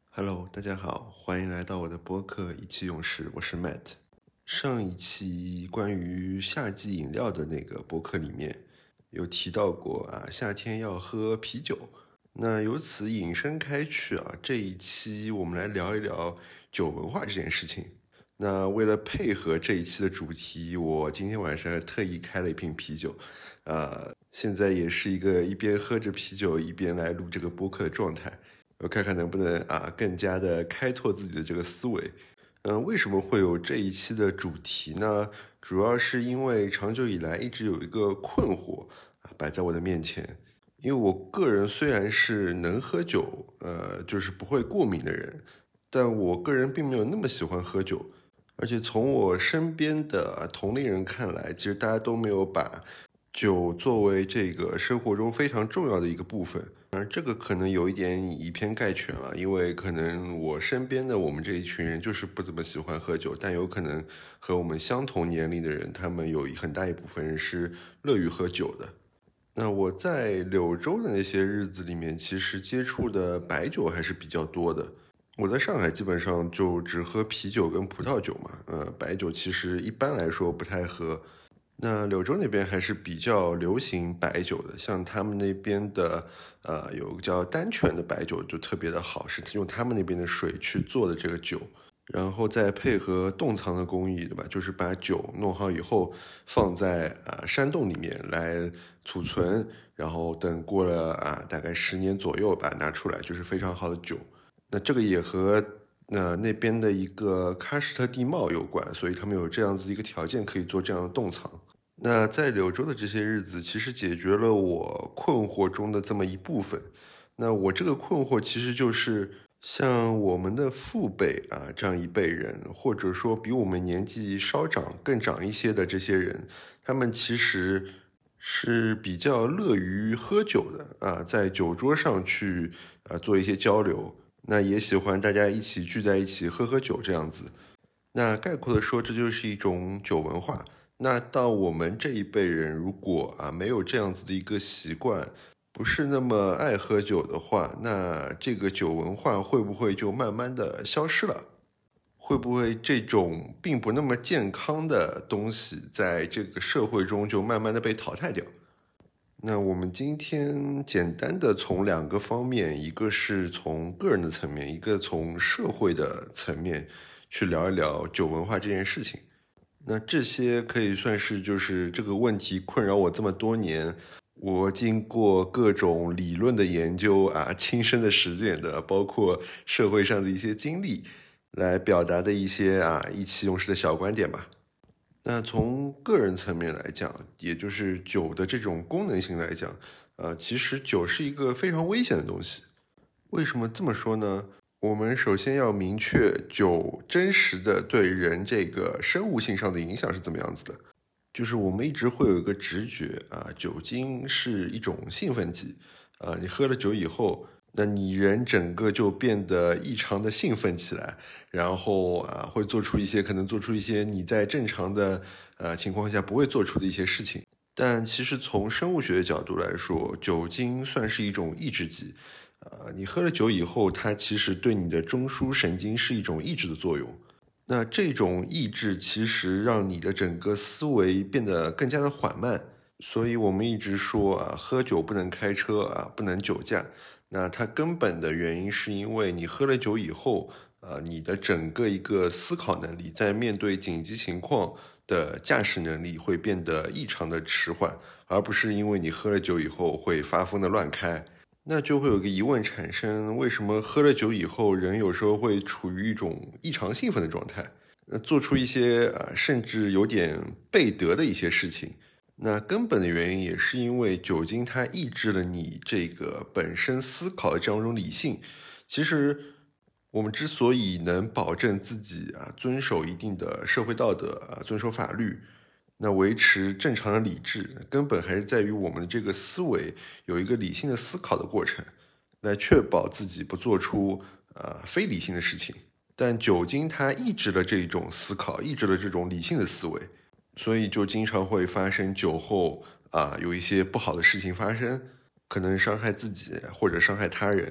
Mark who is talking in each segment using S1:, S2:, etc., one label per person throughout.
S1: Hello，大家好，欢迎来到我的播客一期勇士，我是 Matt。上一期关于夏季饮料的那个播客里面有提到过夏天要喝啤酒。那由此引申开去这一期我们来聊一聊酒文化这件事情。那为了配合这一期的主题，我今天晚上特意开了一瓶啤酒，现在也是一个一边喝着啤酒一边来录这个播客的状态。我看看能不能更加的开拓自己的这个思维。为什么会有这一期的主题呢？主要是因为长久以来一直有一个困惑摆在我的面前。因为我个人虽然是能喝酒，就是不会过敏的人，但我个人并没有那么喜欢喝酒。而且从我身边的同龄人看来，其实大家都没有把酒作为这个生活中非常重要的一个部分。这个可能有一点以偏概全了，因为可能我身边的我们这一群人就是不怎么喜欢喝酒，但有可能和我们相同年龄的人，他们有很大一部分人是乐于喝酒的。那我在柳州的那些日子里面，其实接触的白酒还是比较多的。我在上海基本上就只喝啤酒跟葡萄酒嘛，白酒其实一般来说不太喝。那柳州那边还是比较流行白酒的，像他们那边的有个叫丹泉的白酒就特别的好，是用他们那边的水去做的这个酒，然后再配合冻藏的工艺，对吧？就是把酒弄好以后放在山洞里面来储存，然后等过了大概10年左右把它拿出来，就是非常好的酒。那这个也和那边的一个喀什特地貌有关，所以他们有这样子一个条件可以做这样的冻藏。那在柳州的这些日子，其实解决了我困惑中的这么一部分。那我这个困惑其实就是像我们的父辈这样一辈人，或者说比我们年纪稍长、更长一些的这些人，他们其实是比较乐于喝酒的在酒桌上去做一些交流，那也喜欢大家一起聚在一起喝喝酒这样子。那概括的说，这就是一种酒文化。那到我们这一辈人，如果没有这样子的一个习惯，不是那么爱喝酒的话，那这个酒文化会不会就慢慢的消失了？会不会这种并不那么健康的东西，在这个社会中就慢慢的被淘汰掉？那我们今天简单的从2个方面，一个是从个人的层面，一个从社会的层面去聊一聊酒文化这件事情。那这些可以算是就是这个问题困扰我这么多年，我经过各种理论的研究亲身的实践的，包括社会上的一些经历来表达的一些意气用事的小观点吧。那从个人层面来讲，也就是酒的这种功能性来讲，其实酒是一个非常危险的东西。为什么这么说呢？我们首先要明确酒真实的对人这个生物性上的影响是怎么样子的。就是我们一直会有一个直觉酒精是一种兴奋剂你喝了酒以后，那你人整个就变得异常的兴奋起来，然后会可能做出一些你在正常的情况下不会做出的一些事情。但其实从生物学的角度来说，酒精算是一种抑制剂。你喝了酒以后，它其实对你的中枢神经是一种抑制的作用。那这种抑制其实让你的整个思维变得更加的缓慢。所以我们一直说喝酒不能开车不能酒驾。那它根本的原因是因为你喝了酒以后你的整个一个思考能力，在面对紧急情况的驾驶能力会变得异常的迟缓，而不是因为你喝了酒以后会发疯的乱开。那就会有个疑问产生，为什么喝了酒以后人有时候会处于一种异常兴奋的状态，做出一些甚至有点背德的一些事情？那根本的原因也是因为酒精它抑制了你这个本身思考的这样一种理性。其实我们之所以能保证自己遵守一定的社会道德遵守法律，那维持正常的理智，根本还是在于我们的这个思维有一个理性的思考的过程，来确保自己不做出非理性的事情。但酒精它抑制了这种思考，抑制了这种理性的思维，所以就经常会发生酒后有一些不好的事情发生，可能伤害自己或者伤害他人。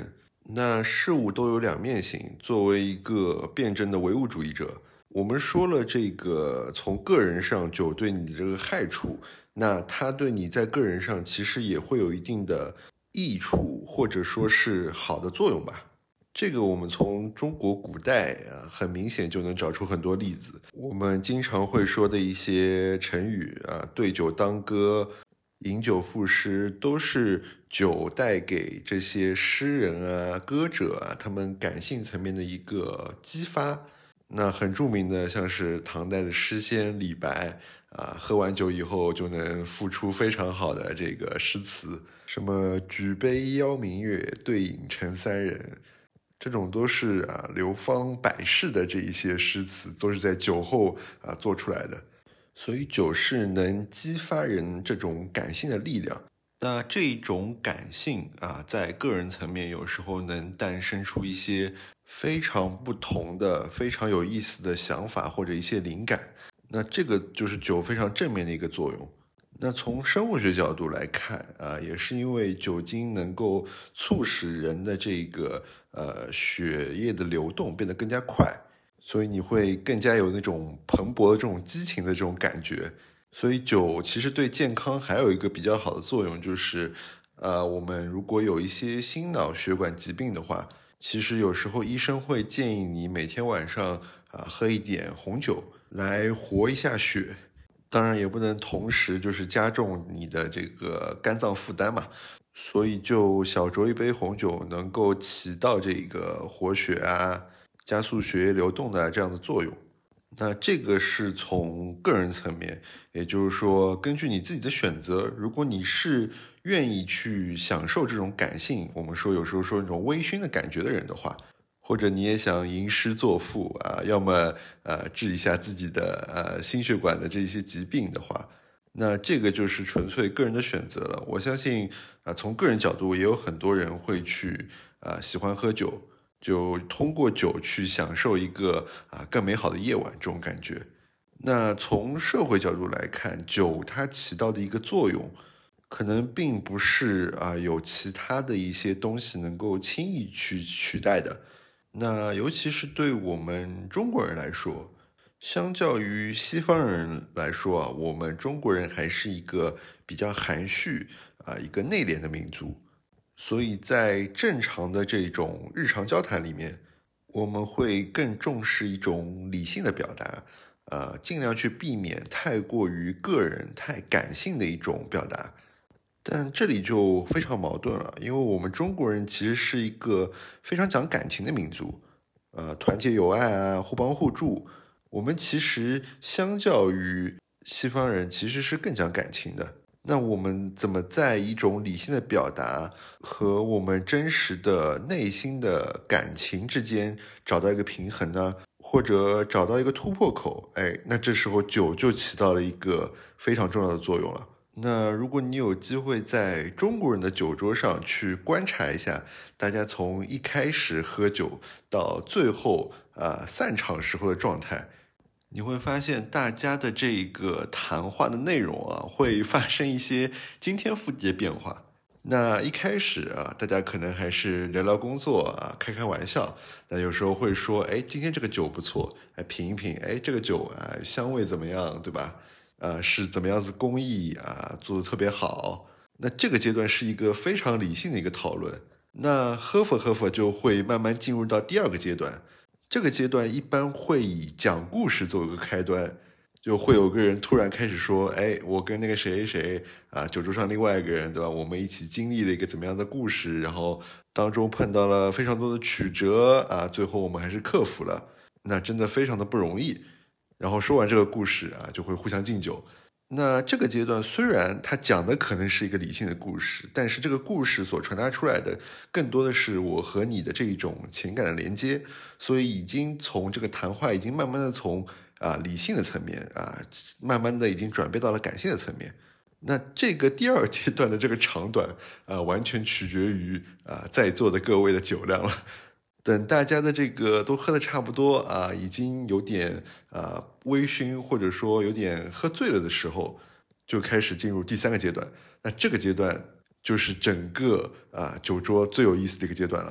S1: 那事物都有两面性，作为一个辩证的唯物主义者，我们说了这个从个人上酒对你的这个害处，那它对你在个人上其实也会有一定的益处，或者说是好的作用吧。这个我们从中国古代很明显就能找出很多例子。我们经常会说的一些成语对酒当歌、饮酒赋诗，都是酒带给这些诗人歌者他们感性层面的一个激发。那很著名的像是唐代的诗仙李白喝完酒以后就能赋出非常好的这个诗词，什么举杯邀明月，对影成三人，这种都是流芳百世的这一些诗词，都是在酒后做出来的。所以酒是能激发人这种感性的力量。那这一种感性在个人层面有时候能诞生出一些非常不同的、非常有意思的想法或者一些灵感。那这个就是酒非常正面的一个作用。那从生物学角度来看也是因为酒精能够促使人的这个血液的流动变得更加快，所以你会更加有那种蓬勃的这种激情的这种感觉。所以酒其实对健康还有一个比较好的作用，就是我们如果有一些心脑血管疾病的话，其实有时候医生会建议你每天晚上喝一点红酒来活一下血。当然也不能同时就是加重你的这个肝脏负担嘛，所以就小酌一杯红酒能够起到这个活血加速血液流动的这样的作用。那这个是从个人层面，也就是说根据你自己的选择，如果你是愿意去享受这种感性，我们说有时候说那种微醺的感觉的人的话，或者你也想吟诗作赋要么治一下自己的心血管的这些疾病的话，那这个就是纯粹个人的选择了。我相信从个人角度也有很多人会去喜欢喝酒，就通过酒去享受一个更美好的夜晚这种感觉。那从社会角度来看，酒它起到的一个作用可能并不是有其他的一些东西能够轻易去取代的。那尤其是对我们中国人来说，相较于西方人来说我们中国人还是一个比较含蓄一个内敛的民族，所以在正常的这种日常交谈里面，我们会更重视一种理性的表达，尽量去避免太过于个人、太感性的一种表达。但这里就非常矛盾了，因为我们中国人其实是一个非常讲感情的民族，团结友爱互帮互助。我们其实相较于西方人，其实是更讲感情的。那我们怎么在一种理性的表达和我们真实的内心的感情之间找到一个平衡呢？或者找到一个突破口？那这时候酒就起到了一个非常重要的作用了。那如果你有机会在中国人的酒桌上去观察一下，大家从一开始喝酒到最后散场时候的状态，你会发现大家的这个谈话的内容会发生一些惊天覆地的变化。那一开始大家可能还是聊聊工作开开玩笑。那有时候会说，今天这个酒不错，品一品，这个酒香味怎么样，对吧？是怎么样子工艺做得特别好。那这个阶段是一个非常理性的一个讨论。那喝着就会慢慢进入到第二个阶段。这个阶段一般会以讲故事作为一个开端，就会有个人突然开始说，我跟那个谁谁酒桌上另外一个人，对吧？我们一起经历了一个怎么样的故事，然后当中碰到了非常多的曲折最后我们还是克服了，那真的非常的不容易。然后说完这个故事就会互相敬酒。那这个阶段虽然他讲的可能是一个理性的故事，但是这个故事所传达出来的更多的是我和你的这一种情感的连接，所以已经从这个谈话已经慢慢的从理性的层面慢慢的已经转变到了感性的层面。那这个第二阶段的这个长短完全取决于在座的各位的酒量了。等大家的这个都喝得差不多已经有点微醺，或者说有点喝醉了的时候，就开始进入第三个阶段。那这个阶段就是整个酒桌最有意思的一个阶段了。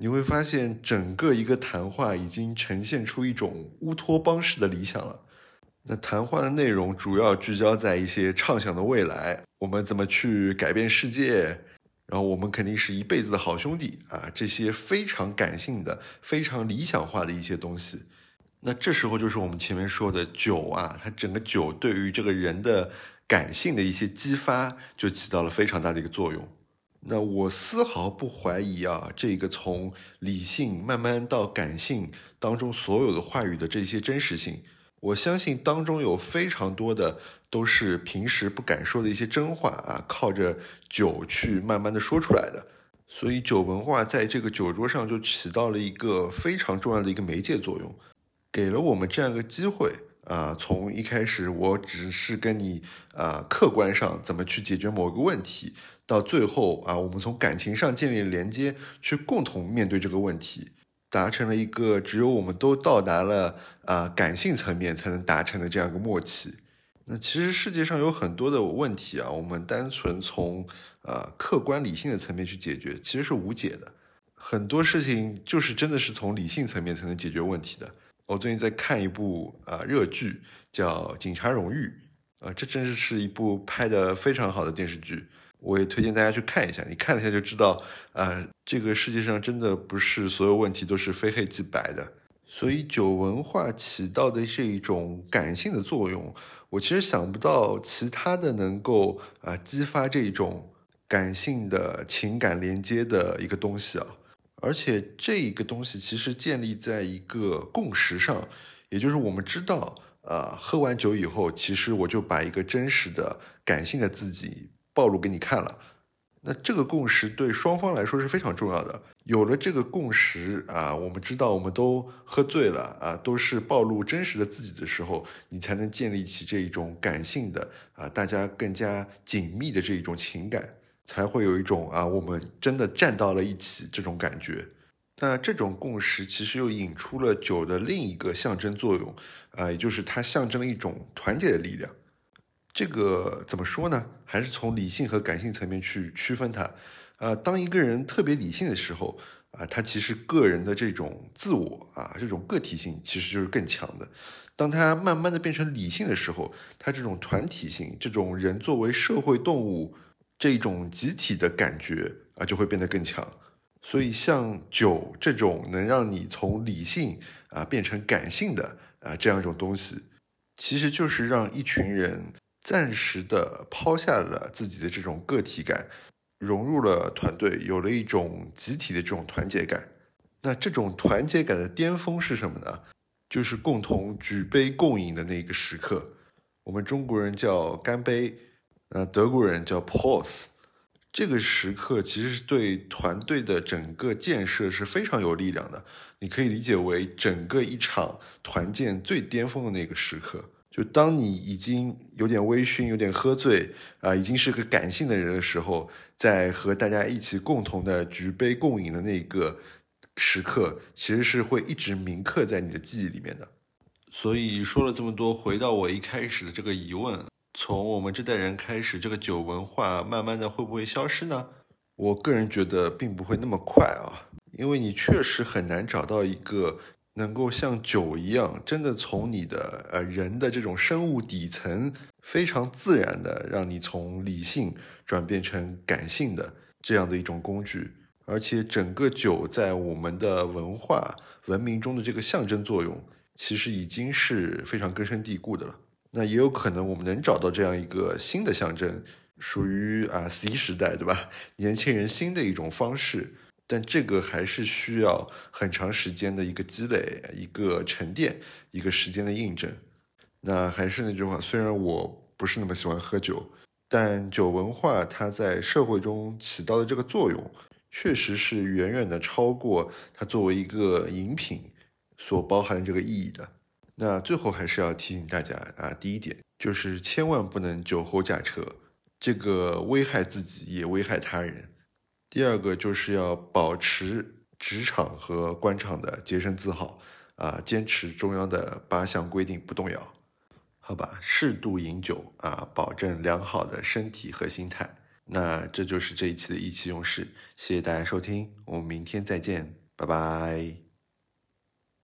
S1: 你会发现整个一个谈话已经呈现出一种乌托邦式的理想了。那谈话的内容主要聚焦在一些畅想的未来，我们怎么去改变世界，然后我们肯定是一辈子的好兄弟啊，这些非常感性的、非常理想化的一些东西。那这时候就是我们前面说的酒啊，它整个酒对于这个人的感性的一些激发就起到了非常大的一个作用。那我丝毫不怀疑啊，这个从理性慢慢到感性当中所有的话语的这些真实性，我相信当中有非常多的都是平时不敢说的一些真话啊，靠着酒去慢慢的说出来的。所以酒文化在这个酒桌上就起到了一个非常重要的一个媒介作用，给了我们这样一个机会啊，从一开始我只是跟你客观上怎么去解决某个问题，到最后啊，我们从感情上建立连接，去共同面对这个问题，达成了一个只有我们都到达了感性层面才能达成的这样一个默契。那其实世界上有很多的问题啊，我们单纯从客观理性的层面去解决，其实是无解的。很多事情就是真的是从理性层面才能解决问题的。我最近在看一部热剧，叫《警察荣誉》这真是一部拍得非常好的电视剧，我也推荐大家去看一下。你看了一下就知道，这个世界上真的不是所有问题都是非黑即白的。所以酒文化起到的是一种感性的作用，我其实想不到其他的能够激发这种感性的情感连接的一个东西啊。而且这一个东西其实建立在一个共识上，也就是我们知道喝完酒以后，其实我就把一个真实的感性的自己暴露给你看了。那这个共识对双方来说是非常重要的。有了这个共识我们知道我们都喝醉了都是暴露真实的自己的时候，你才能建立起这一种感性的大家更加紧密的这一种情感，才会有一种我们真的站到了一起这种感觉。那这种共识其实又引出了酒的另一个象征作用也就是它象征了一种团结的力量。这个怎么说呢？还是从理性和感性层面去区分它。当一个人特别理性的时候他其实个人的这种自我这种个体性其实就是更强的。当他慢慢的变成理性的时候，他这种团体性，这种人作为社会动物这种集体的感觉就会变得更强。所以像酒这种能让你从理性变成感性的这样一种东西，其实就是让一群人暂时的抛下了自己的这种个体感，融入了团队，有了一种集体的这种团结感。那这种团结感的巅峰是什么呢？就是共同举杯共饮的那个时刻。我们中国人叫干杯，德国人叫 Prost。这个时刻其实是对团队的整个建设是非常有力量的，你可以理解为整个一场团建最巅峰的那个时刻。就当你已经有点微醺，有点喝醉已经是个感性的人的时候，在和大家一起共同的举杯共饮的那个时刻，其实是会一直铭刻在你的记忆里面的。所以说了这么多，回到我一开始的这个疑问，从我们这代人开始，这个酒文化慢慢的会不会消失呢？我个人觉得并不会那么快因为你确实很难找到一个能够像酒一样，真的从你的人的这种生物底层非常自然的让你从理性转变成感性的这样的一种工具。而且整个酒在我们的文化文明中的这个象征作用，其实已经是非常根深蒂固的了。那也有可能我们能找到这样一个新的象征，属于C 时代，对吧？年轻人新的一种方式，但这个还是需要很长时间的一个积累，一个沉淀，一个时间的印证。那还是那句话，虽然我不是那么喜欢喝酒，但酒文化它在社会中起到的这个作用，确实是远远的超过它作为一个饮品所包含的这个意义的。那最后还是要提醒大家第一点就是千万不能酒后驾车，这个危害自己也危害他人。第二个就是要保持职场和官场的洁身自好坚持中央的8项规定不动摇。好吧，适度饮酒保证良好的身体和心态。那这就是这一期的意气用事，谢谢大家收听，我们明天再见。 拜拜。